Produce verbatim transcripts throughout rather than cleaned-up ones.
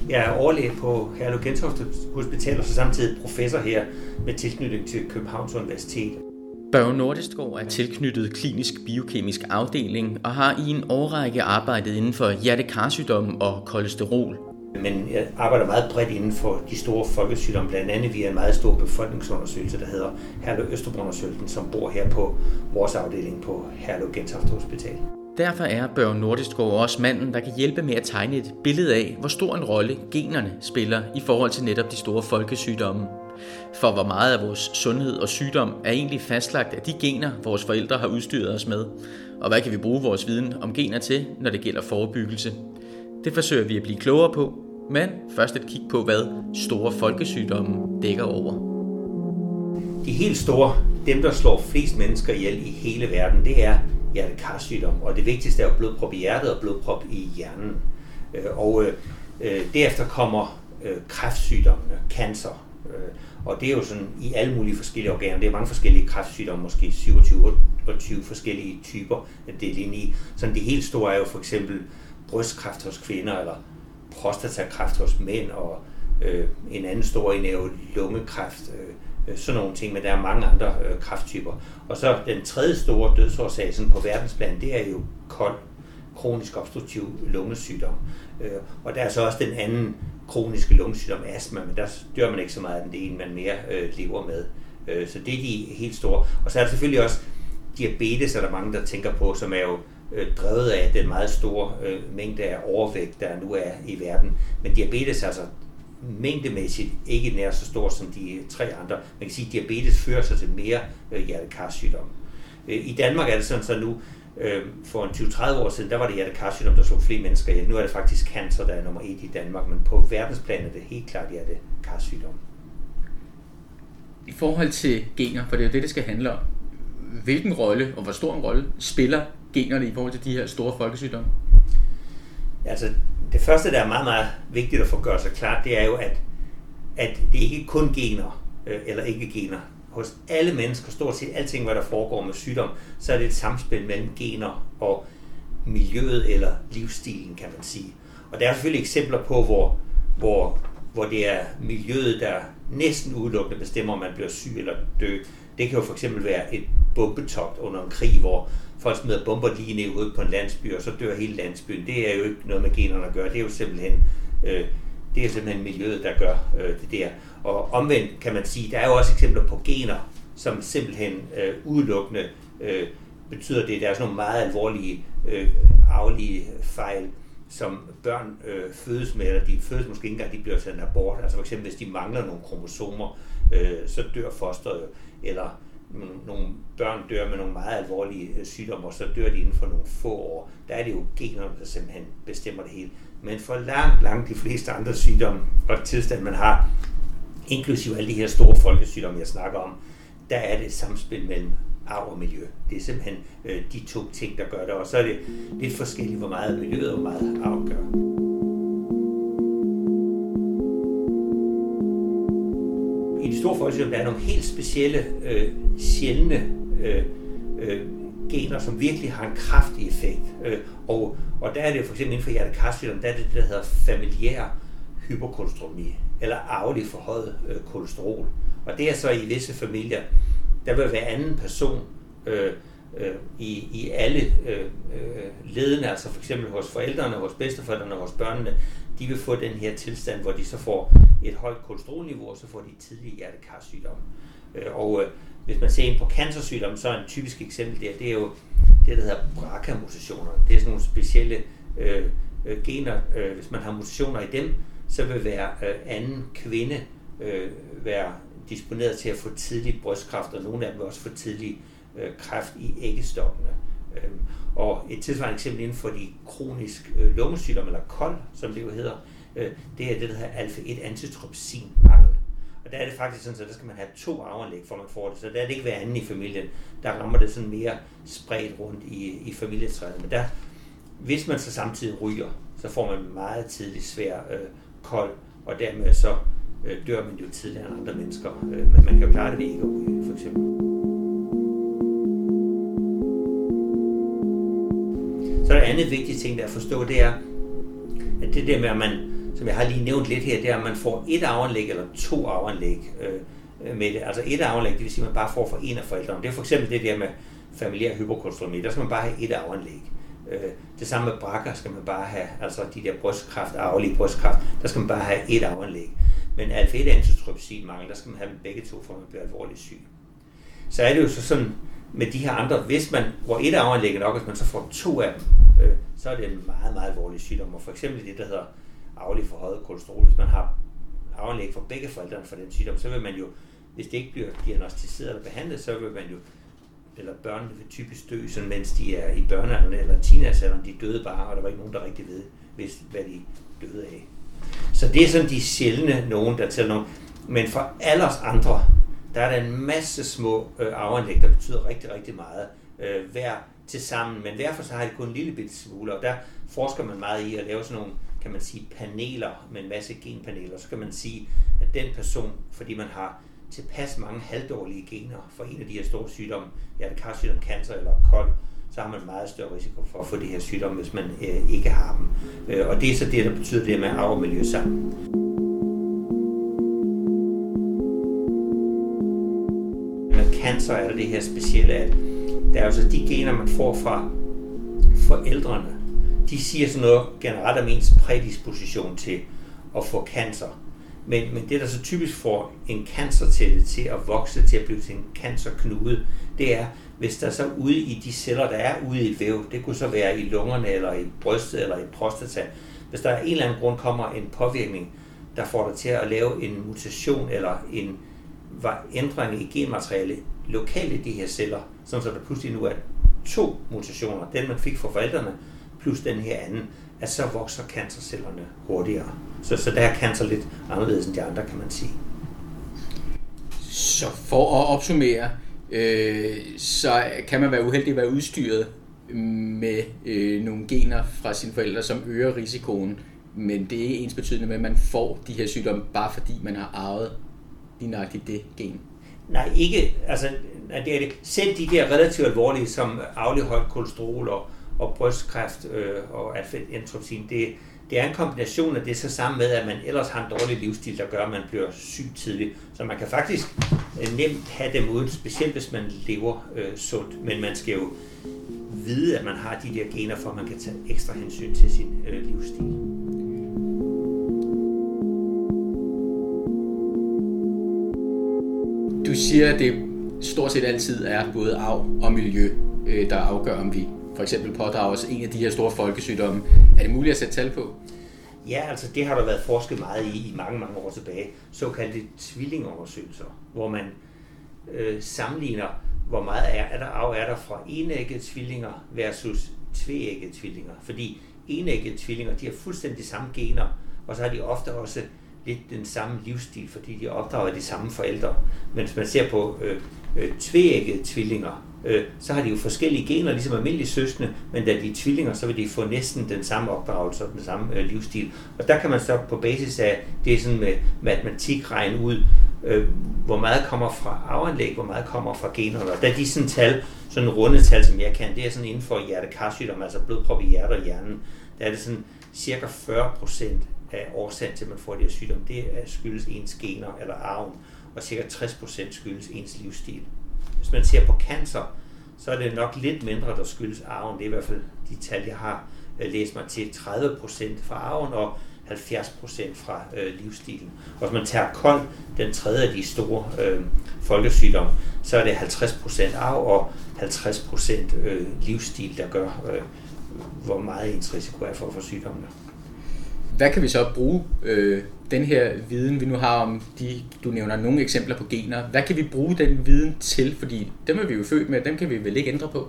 Jeg er overlæge på Herlev Gentofte Hospital og så samtidig professor her med tilknytning til Københavns Universitet. Børge Nordestgaard er tilknyttet klinisk biokemisk afdeling og har i en årrække arbejdet inden for hjertekarsygdomme og kolesterol. Men jeg arbejder meget bredt inden for de store folkesygdomme, blandt andet via en meget stor befolkningsundersøgelse, der hedder Herlev Østerbro-undersøgelsen, som bor her på vores afdeling på Herlev Gentofte Hospital. Derfor er Børge Nordestgaard også manden, der kan hjælpe med at tegne et billede af, hvor stor en rolle generne spiller i forhold til netop de store folkesygdomme. For hvor meget af vores sundhed og sygdom er egentlig fastlagt af de gener, vores forældre har udstyret os med, og hvad kan vi bruge vores viden om gener til, når det gælder forebyggelse. Det forsøger vi at blive klogere på, men først et kig på, hvad store folkesygdomme dækker over. De helt store, dem der slår flest mennesker ihjel i hele verden, det er hjertekarsygdom, og det vigtigste er jo blodprop i hjertet og blodprop i hjernen. Og øh, derefter kommer øh, kræftsygdommene, cancer, øh, og det er jo sådan i alle mulige forskellige organer. Det er mange forskellige kræftsygdomme, måske syvogtyve otteogtyve forskellige typer, det er inde i. Sådan det helt store er jo for eksempel brystkræft hos kvinder, eller prostatakræft hos mænd, og øh, en anden stor en er jo lungekræft, øh, sådan nogle ting, men der er mange andre øh, kræfttyper. Og så den tredje store dødsårsag sådan på verdensplan, det er jo kold, kronisk obstruktiv lungesygdom. Øh, og der er så også den anden kroniske lungesygdom, astma, men der dør man ikke så meget af den, det ene, man mere øh, lever med. Øh, så det er de helt store. Og så er der selvfølgelig også diabetes, er der mange, der tænker på, som er jo øh, drevet af den meget store øh, mængde af overvægt, der nu er i verden. Men diabetes er altså mængdemæssigt ikke nær så stor som de tre andre. Man kan sige, at diabetes fører sig til mere øh, hjertekarsygdom. Øh, I Danmark er det sådan, så nu øh, for en tyve til tredive år siden, der var det hjertekarsygdom, der slog flere mennesker ihjel. Nu er det faktisk cancer, der er nummer et i Danmark, men på verdensplan er det helt klart hjertekarsygdom. I forhold til gener, for det er jo det, det skal handle om. Hvilken rolle og hvor stor en rolle spiller generne i forhold til de her store folkesygdomme? Altså, det første, der er meget, meget vigtigt at få gøre sig klart, det er jo, at, at det ikke kun gener øh, eller ikke gener. Hos alle mennesker, stort set alting, hvad der foregår med sygdom, så er det et samspil mellem gener og miljøet eller livsstilen, kan man sige. Og der er selvfølgelig eksempler på, hvor, hvor, hvor det er miljøet, der næsten udelukkende bestemmer, om man bliver syg eller dø. Det kan jo for eksempel være et bombetogt under en krig, hvor folk smider bomber lige ned i hovedet på en landsby, og så dør hele landsbyen. Det er jo ikke noget med generne at gøre. Det er jo simpelthen, øh, det er simpelthen miljøet, der gør øh, det der. Og omvendt kan man sige, der er jo også eksempler på gener, som simpelthen øh, udelukkende øh, betyder det. Der er sådan nogle meget alvorlige øh, arvelige fejl, som børn øh, fødes med, eller de fødes måske ikke engang, de bliver sendt abort. Altså for eksempel, hvis de mangler nogle kromosomer, øh, så dør fosteret, eller nogle børn dør med nogle meget alvorlige sygdomme, og så dør de inden for nogle få år. Der er det jo generne, der simpelthen bestemmer det hele. Men for langt, langt de fleste andre sygdomme og tilstand, man har, inklusive alle de her store folkesygdomme, jeg snakker om, der er det et samspil mellem arv og miljø. Det er simpelthen øh, de to ting, der gør det. Og så er det lidt forskelligt, hvor meget miljøet og hvor meget arv gør. I de store folkesygdomme, der er nogle helt specielle, øh, sjældne øh, øh, gener, som virkelig har en kraftig effekt. Øh, og, og der er det jo for eksempel inden for hjertekarsygdomme, der er det det, der hedder familiær hyperkolesterolemi, eller arvelig forhøjet øh, kolesterol. Og det er så i visse familier, der vil være anden person øh, øh, i, i alle øh, øh, ledene, altså for eksempel hos forældrene, hos bedsteforældrene og hos børnene, de vil få den her tilstand, hvor de så får et højt kolesterolniveau, og så får de tidlige hjertekarsygdomme. Og øh, hvis man ser ind på cancersygdomme, så er en typisk eksempel der, det er jo det, der hedder B R C A-mutationer. Det er sådan nogle specielle øh, øh, gener. Øh, hvis man har mutationer i dem, så vil hver øh, anden kvinde øh, være disponeret til at få tidlig brystkræft, og nogle af dem vil også få tidlig øh, kræft i æggestokkene. Øh, og et tilsvarende eksempel inden for de kronisk øh, lungesygdomme, eller kol, som det jo hedder, øh, det er det, der hedder alfa et antitrypsinmangel. Og der er det faktisk sådan, at der skal man have to arveanlæg, for man får det. Så der er det ikke hver anden i familien. Der rammer det sådan mere spredt rundt i, i familietræet. Men der, hvis man så samtidig ryger, så får man meget tidligt svær øh, kold, og dermed så øh, dør man jo tidligere end andre mennesker. Øh, men man kan jo klare det ved ikke at ryge, for eksempel. Så der er andet vigtige ting, der er at forstå, det er, at det der med, at man som jeg har lige nævnt lidt her, det er, at man får et arveanlæg eller to arveanlæg øh, med det. Altså et arveanlæg, det vil sige, at man bare får for en af forældrene. Det er for eksempel det der med familiær hypokolesteromi. Der skal man bare have et arveanlæg. Øh, det samme med brækker skal man bare have, altså de der brystkræft, arvelige brystkræft, der skal man bare have et arveanlæg. Men alfa et antitrypsinmangel, der skal man have dem begge to, for man bliver alvorligt syg. Så er det jo så sådan, med de her andre, hvis man, hvor et arveanlæg er nok, hvis man så får to af dem, øh, så er det en meget, meget alvorlig sygdom. Og for eksempel det, der hedder arvelig forhøjet kolesterol, hvis man har arveanlæg for begge forældrene for den sygdom, så vil man jo, hvis det ikke bliver diagnostiseret eller behandlet, så vil man jo, eller børnene vil typisk dø, sådan, mens de er i børnealderen eller teenagealderen, de døde bare, og der var ikke nogen, der rigtig ved, vidste, hvad de døde af. Så det er sådan de sjældne nogen, der tæller nogen. Men for alle os andre, der er der en masse små øh, arveanlæg, der betyder rigtig, rigtig meget øh, hver til sammen. Men hver for sig har de kun en lille bitte smule, og der forsker man meget i at lave sådan nogle, kan man sige, paneler med en masse genpaneler. Så kan man sige, at den person, fordi man har tilpas mange halvdårlige gener for en af de her store sygdomme, hjertekarsygdom, cancer eller kold, så har man meget større risiko for at få de her sygdomme, hvis man øh, ikke har dem. Øh, og det er så det, der betyder det med arv og miljø sammen. Med cancer er det her specielle, at der er jo så de gener, man får fra forældrene, de siger sådan noget generelt om ens prædisposition til at få cancer. Men, men det, der så typisk får en cancercelle til at vokse, til at blive til en cancerknude, det er, hvis der så ude i de celler, der er ude i et væv, det kunne så være i lungerne, eller i brystet, eller i prostata, hvis der af en eller anden grund kommer en påvirkning, der får dig til at lave en mutation, eller en ændring i genmateriale lokalt i de her celler, sådan så der pludselig nu er to mutationer, den man fik fra forældrene, plus den her anden, at så vokser cancercellerne hurtigere. Så, så der er cancer lidt anderledes end de andre, kan man sige. Så for at opsummere, øh, så kan man være uheldig at være udstyret med øh, nogle gener fra sine forældre, som øger risikoen, men det er ikke ens betydende med, at man får de her sygdomme, bare fordi man har arvet lige nøjagtigt det gen. Nej, ikke. Altså, det er det. Selv de der relativt alvorlige, som arvelig højt kolesterol og, og brystkræft øh, og alfa et antitrypsin, det, det er en kombination af det, så sammen med, at man ellers har en dårlig livsstil, der gør, at man bliver syg tidligt. Så man kan faktisk øh, nemt have dem uden, specielt hvis man lever øh, sundt. Men man skal jo vide, at man har de der gener, for at man kan tage ekstra hensyn til sin øh, livsstil. Du siger, at det stort set altid er både arv og miljø, der afgør, om vi for eksempel pådrager os en af de her store folkesygdomme. Er det muligt at sætte tal på? Ja, altså det har der været forsket meget i i mange, mange år tilbage. Såkaldte tvillingundersøgelser, hvor man øh, sammenligner, hvor meget er, er der arv er der fra enæggede tvillinger versus tveæggede tvillinger. Fordi enæggede tvillinger, de har fuldstændig de samme gener, og så har de ofte også lidt den samme livsstil, fordi de opdrager de samme forældre. Men hvis man ser på øh, øh, tveæggede tvillinger, øh, så har de jo forskellige gener, ligesom almindelige søskende, men da de er tvillinger, så vil de få næsten den samme opdragelse og den samme øh, livsstil. Og der kan man så på basis af det sådan med matematik regne ud, øh, hvor meget kommer fra arveanlæg, hvor meget kommer fra generne. Og da de sådan tal, sådan runde tal, som jeg kan, det er sådan inden for hjertekarsygdom, altså blodprop i hjertet og hjernen, der er det sådan cirka fyrre procent af årsagen til, at man får de her sygdomme, det skyldes ens gener eller arven, og cirka tres procent skyldes ens livsstil. Hvis man ser på cancer, så er det nok lidt mindre, der skyldes arven. Det er i hvert fald de tal, jeg har læst mig til. tredive procent fra arven og halvfjerds procent fra øh, livsstilen. Og hvis man tager kold, den tredje af de store øh, folkesygdomme, så er det halvtreds procent arv og halvtreds procent øh, livsstil, der gør, øh, hvor meget ens risiko er for at få sygdommene. Hvad kan vi så bruge øh, den her viden, vi nu har om de, du nævner nogle eksempler på gener, hvad kan vi bruge den viden til? Fordi dem er vi jo født med, dem kan vi vel ikke ændre på?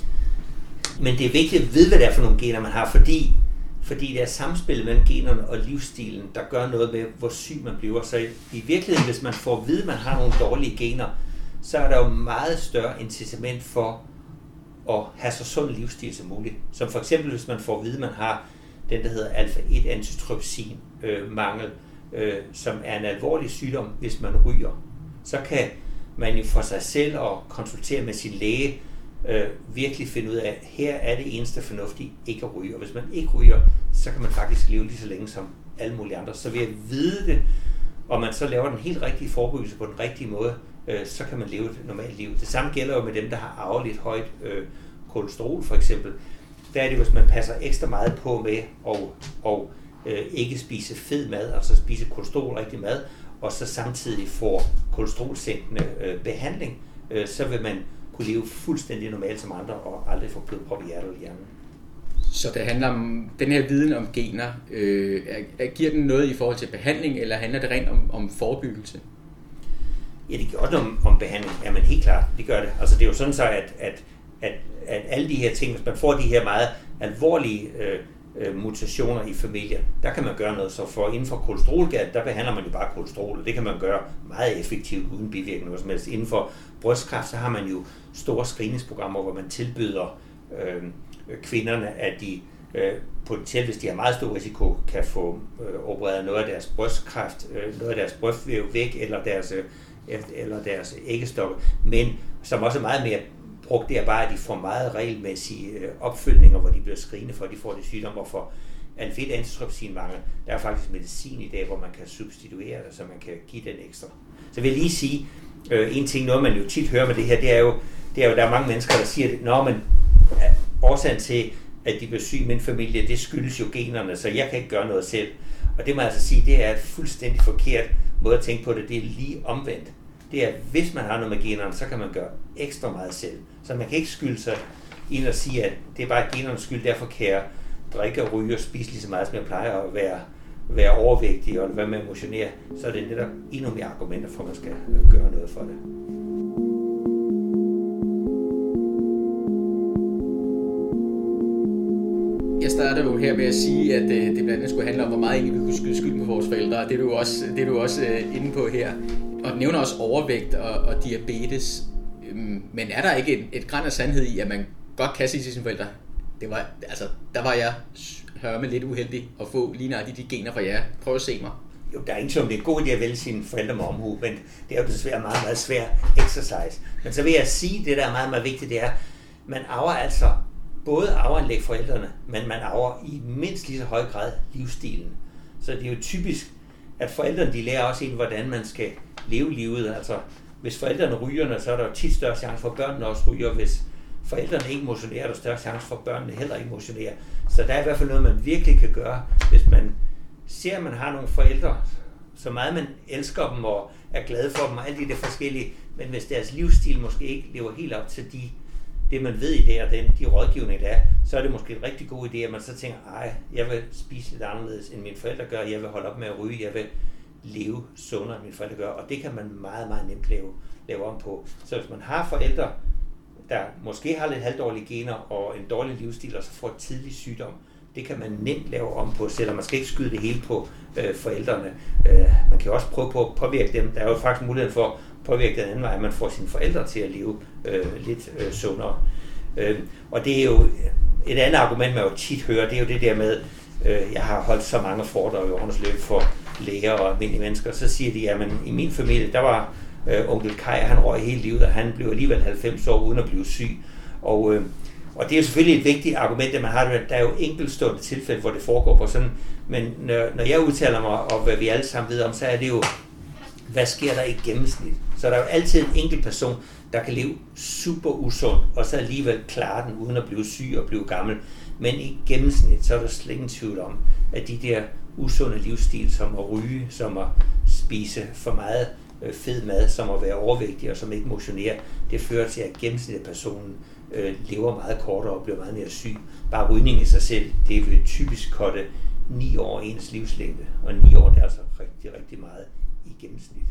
Men det er vigtigt at vide, hvad det er for nogle gener, man har, fordi, fordi det er samspillet mellem generne og livsstilen, der gør noget med, hvor syg man bliver. Så i virkeligheden, hvis man får at vide, at man har nogle dårlige gener, så er der jo meget større incitament for at have så sund livsstil som muligt. Som for eksempel, hvis man får at vide, at man har den, der hedder alfa et antitrypsin øh, mangel, øh, som er en alvorlig sygdom, hvis man ryger. Så kan man jo for sig selv og konsultere med sin læge øh, virkelig finde ud af, at her er det eneste fornuftige ikke at ryge. Og hvis man ikke ryger, så kan man faktisk leve lige så længe som alle mulige andre. Så ved at vide det, og man så laver den helt rigtige forebyggelse på den rigtige måde, øh, så kan man leve et normalt liv. Det samme gælder jo med dem, der har arveligt højt øh, kolesterol for eksempel. Der er det, hvis man passer ekstra meget på med at og, øh, ikke spise fed mad, altså spise kolesterolrigtig mad, og så samtidig får kolesterolsænkende øh, behandling, øh, så vil man kunne leve fuldstændig normalt som andre og aldrig få blodprop i hjertet eller hjernen. Så det handler om, den her viden om gener, øh, giver den noget i forhold til behandling, eller handler det rent om, om forebyggelse? Ja, det gør også om, om behandling, ja, men helt klart, det gør det. Altså det er jo sådan så, at, at, at, at alle de her ting, hvis man får de her meget alvorlige øh, øh, mutationer i familier, der kan man gøre noget. Så for inden for kolesterolgalt, der behandler man jo bare kolesterol, og det kan man gøre meget effektivt uden bivirkninger som helst. Inden for brystkræft, så har man jo store screeningsprogrammer, hvor man tilbyder øh, kvinderne, at de øh, potentielt, hvis de har meget stor risiko, kan få øh, opereret noget af deres brystkræft, øh, noget af deres brystvæv væk, eller deres, øh, eller deres æggestokke. Men som også er meget mere brugt, det er bare, at de får meget regelmæssige øh, opfølgninger, hvor de bliver screenet for, at de får de sygdomme, og for alfa-antitrypsinmangel, der er faktisk medicin i dag, hvor man kan substituere det, så man kan give den ekstra. Så vil jeg lige sige, øh, en ting, noget man jo tit hører med det her, det er jo, det er jo, der er mange mennesker, der siger, at nå, men ja, årsagen til, at de bliver syge i min familie, det skyldes jo generne, så jeg kan ikke gøre noget selv. Og det må jeg altså sige, det er et fuldstændig forkert måde at tænke på det. Det er lige omvendt. Det er, hvis man har noget med generne, så kan man gøre ekstra meget selv. Så man kan ikke skylde sig ind og sige, at det er bare genernes skyld, derfor kan jeg drikke og ryge og spise lige så meget, som jeg plejer at være, være overvægtig og være med at motionere. Så er det netop endnu mere argumenter for, at man skal gøre noget for det. Jeg starter jo her med at sige, at det blandt andet skulle handle om, hvor meget egentlig vi kunne skyde skylden på vores forældre, og det er du også, det er du også inde på her. Og nævner også overvægt og, og diabetes. Men er der ikke et, et gran af sandhed i, at man godt kan sige til sine forældre, det var, altså, der var jeg hørme lidt uheldig at få lige nøjagtigt de gener fra jer. Prøv at se mig. Jo, der er ingen som det er en god idé at vælge sine forældre med omhu, men det er jo desværre meget, meget svær exercise. Men så vil jeg sige, det der er meget, meget vigtigt, det er, man arver altså både arveanlæg forældrene, men man arver i mindst lige så høj grad livsstilen. Så det er jo typisk, at forældrene de lærer også ind, hvordan man skal leve livet. Altså, hvis forældrene ryger, så er der jo tit større chance for, at børnene også ryger. Hvis forældrene ikke motionerer, er der større chance for, at børnene heller ikke motionerer. Så der er i hvert fald noget, man virkelig kan gøre, hvis man ser, at man har nogle forældre, så meget man elsker dem og er glad for dem og alt det der forskellige, men hvis deres livsstil måske ikke lever helt op til de det man ved i det, og den, de rådgivninger der er, så er det måske en rigtig god idé, at man så tænker, ej, jeg vil spise lidt anderledes, end mine forældre gør, jeg vil holde op med at ryge, jeg vil leve sundere, end mine forældre gør, og det kan man meget, meget nemt lave, lave om på. Så hvis man har forældre, der måske har lidt halvdårlige gener og en dårlig livsstil, og så får tidlig sygdom, det kan man nemt lave om på, selvom man skal ikke skyde det hele på øh, forældrene. Øh, man kan også prøve på at påvirke dem. Der er jo faktisk mulighed for at påvirke den anden vej, at man får sine forældre til at leve øh, lidt øh, sundere. Øh, og det er jo et andet argument, man jo tit hører, det er jo det der med, øh, jeg har holdt så mange foredrag i årenes løb for læger og almindelige mennesker, så siger de, at i min familie, der var øh, onkel Kai, han røg hele livet, og han blev alligevel halvfems år uden at blive syg. Og øh, Og det er jo selvfølgelig et vigtigt argument, at man har det. Der er jo enkeltstående tilfælde, hvor det foregår på sådan. Men når, når jeg udtaler mig, og hvad vi alle sammen ved om, så er det jo, hvad sker der i gennemsnit? Så der er jo altid en enkelt person, der kan leve super usund, og så alligevel klare den, uden at blive syg og blive gammel. Men i gennemsnit, så er der slet ingen tvivl om, at de der usunde livsstil, som at ryge, som at spise for meget fed mad, som at være overvægtig og som ikke motionerer, det fører til, at gennemsnittet af personen øh, lever meget kortere og bliver meget mere syg. Bare rygning i sig selv, det vil typisk koste ni år ens livslængde, og ni år det er altså rigtig, rigtig meget i gennemsnit.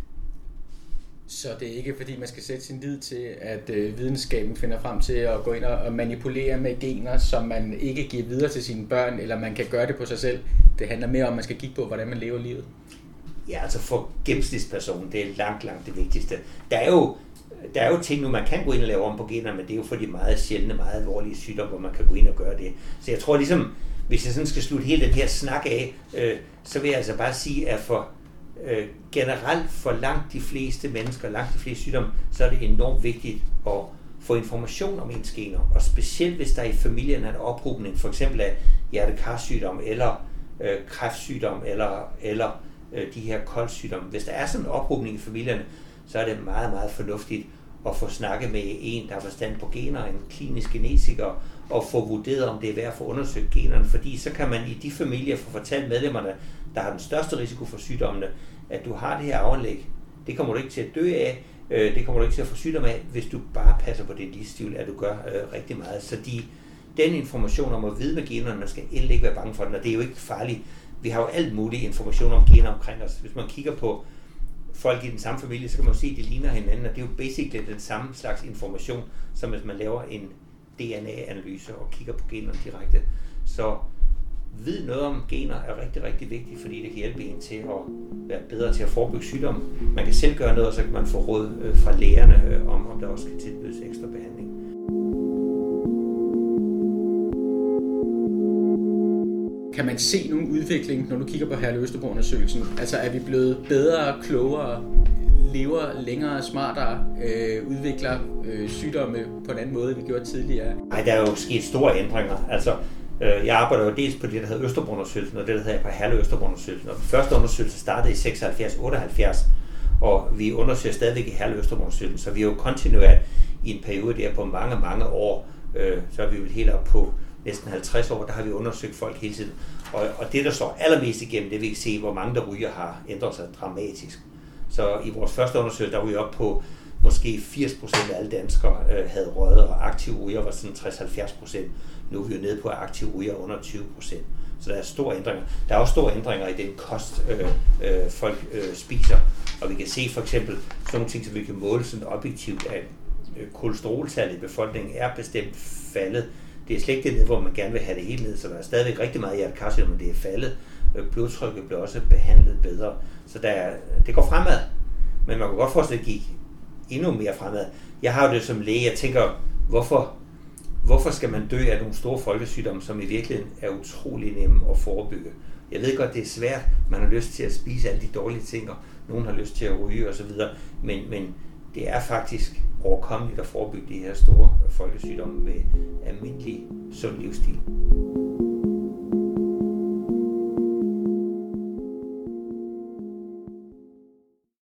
Så det er ikke fordi, man skal sætte sin lid til, at øh, videnskaben finder frem til at gå ind og manipulere med gener, som man ikke giver videre til sine børn, eller man kan gøre det på sig selv. Det handler mere om, at man skal kigge på, hvordan man lever livet. Ja, altså for gennemsnitspersonen, det er langt, langt det vigtigste. Der er jo, der er jo ting nu, man kan gå ind og lave om på gener, men det er jo for de meget sjældne, meget alvorlige sygdomme, hvor man kan gå ind og gøre det. Så jeg tror ligesom, hvis jeg sådan skal slutte hele den her snak af, øh, så vil jeg altså bare sige, at for øh, generelt for langt de fleste mennesker, langt de fleste sygdomme, så er det enormt vigtigt at få information om ens gener, og specielt hvis der i familien er en ophobning, for eksempel af hjertekarsygdom, eller øh, kræftsygdom, eller, eller øh, de her koldsygdomme. Hvis der er sådan en ophobning i familierne, så er det meget, meget fornuftigt at få snakket med en, der har forstand på gener, en klinisk genetiker, og få vurderet, om det er værd at få undersøgt generne, fordi så kan man i de familier få fortalt medlemmerne, der har den største risiko for sygdommene, at du har det her arveanlæg. Det kommer du ikke til at dø af, det kommer du ikke til at få sygdom af, hvis du bare passer på din livsstil, at du gør øh, rigtig meget. Så de, den information om at vide med generne, man skal endelig ikke være bange for den, og det er jo ikke farligt. Vi har jo alt muligt information om gener omkring os. Hvis man kigger på folk i den samme familie, så kan man jo se, at de ligner hinanden, og det er jo basically den samme slags information, som hvis man laver en D N A-analyse og kigger på generne direkte. Så vid noget om gener er rigtig, rigtig vigtigt, fordi det kan hjælpe en til at være bedre til at forebygge sygdomme. Man kan selv gøre noget, og så kan man få råd fra lægerne om, om der også kan tilbydes ekstra behandling. Kan man se nogen udvikling, når du kigger på Herlev Østerborg-undersøgelsen? Altså er vi blevet bedre, klogere, lever længere, smartere, øh, udvikler øh, sygdomme på en anden måde, end vi gjorde tidligere? Nej, der er jo sket store ændringer. Altså, øh, jeg arbejder jo dels på det, der hedder Østerborg-undersøgelsen, og det, der hedder på Herlev Østerborg-undersøgelsen. Og den første undersøgelse startede i seksoghalvfjerds otteoghalvfjerds, og vi undersøger stadigvæk i Herlev Østerborg-undersøgelsen, så vi er jo kontinuert i en periode der på mange, mange år. Øh, så er vi jo helt op på næsten halvtreds år, der har vi undersøgt folk hele tiden. Og, og det, der står allermest igennem, det vil ikke se, hvor mange der ryger har ændret sig dramatisk. Så i vores første undersøgelse, der var vi oppe på måske firs procent af alle danskere øh, havde røget, og aktive ryger var sådan tres til halvfjerds procent. Nu er vi jo nede på, at aktive ryger under tyve procent. Så der er store ændringer. Der er også store ændringer i den kost, øh, øh, folk øh, spiser. Og vi kan se for eksempel sådan nogle ting, som vi kan måle sådan objektivt, at øh, kolesteroltallet i befolkningen er bestemt faldet. Det er slet ikke det ned, hvor man gerne vil have det helt ned, så der er stadigvæk rigtig meget hjertekarsygdom, men det er faldet. Blodtrykket bliver også behandlet bedre. Så der, det går fremad, men man kan godt forestille, at det gik endnu mere fremad. Jeg har jo det som læge, jeg tænker, hvorfor, hvorfor skal man dø af nogle store folkesygdomme, som i virkeligheden er utrolig nemme at forebygge? Jeg ved godt, det er svært, man har lyst til at spise alle de dårlige ting, og nogen har lyst til at ryge osv., men, men det er faktisk overkommeligt at forebygge de her store folkesygdomme med almindelig sund livsstil.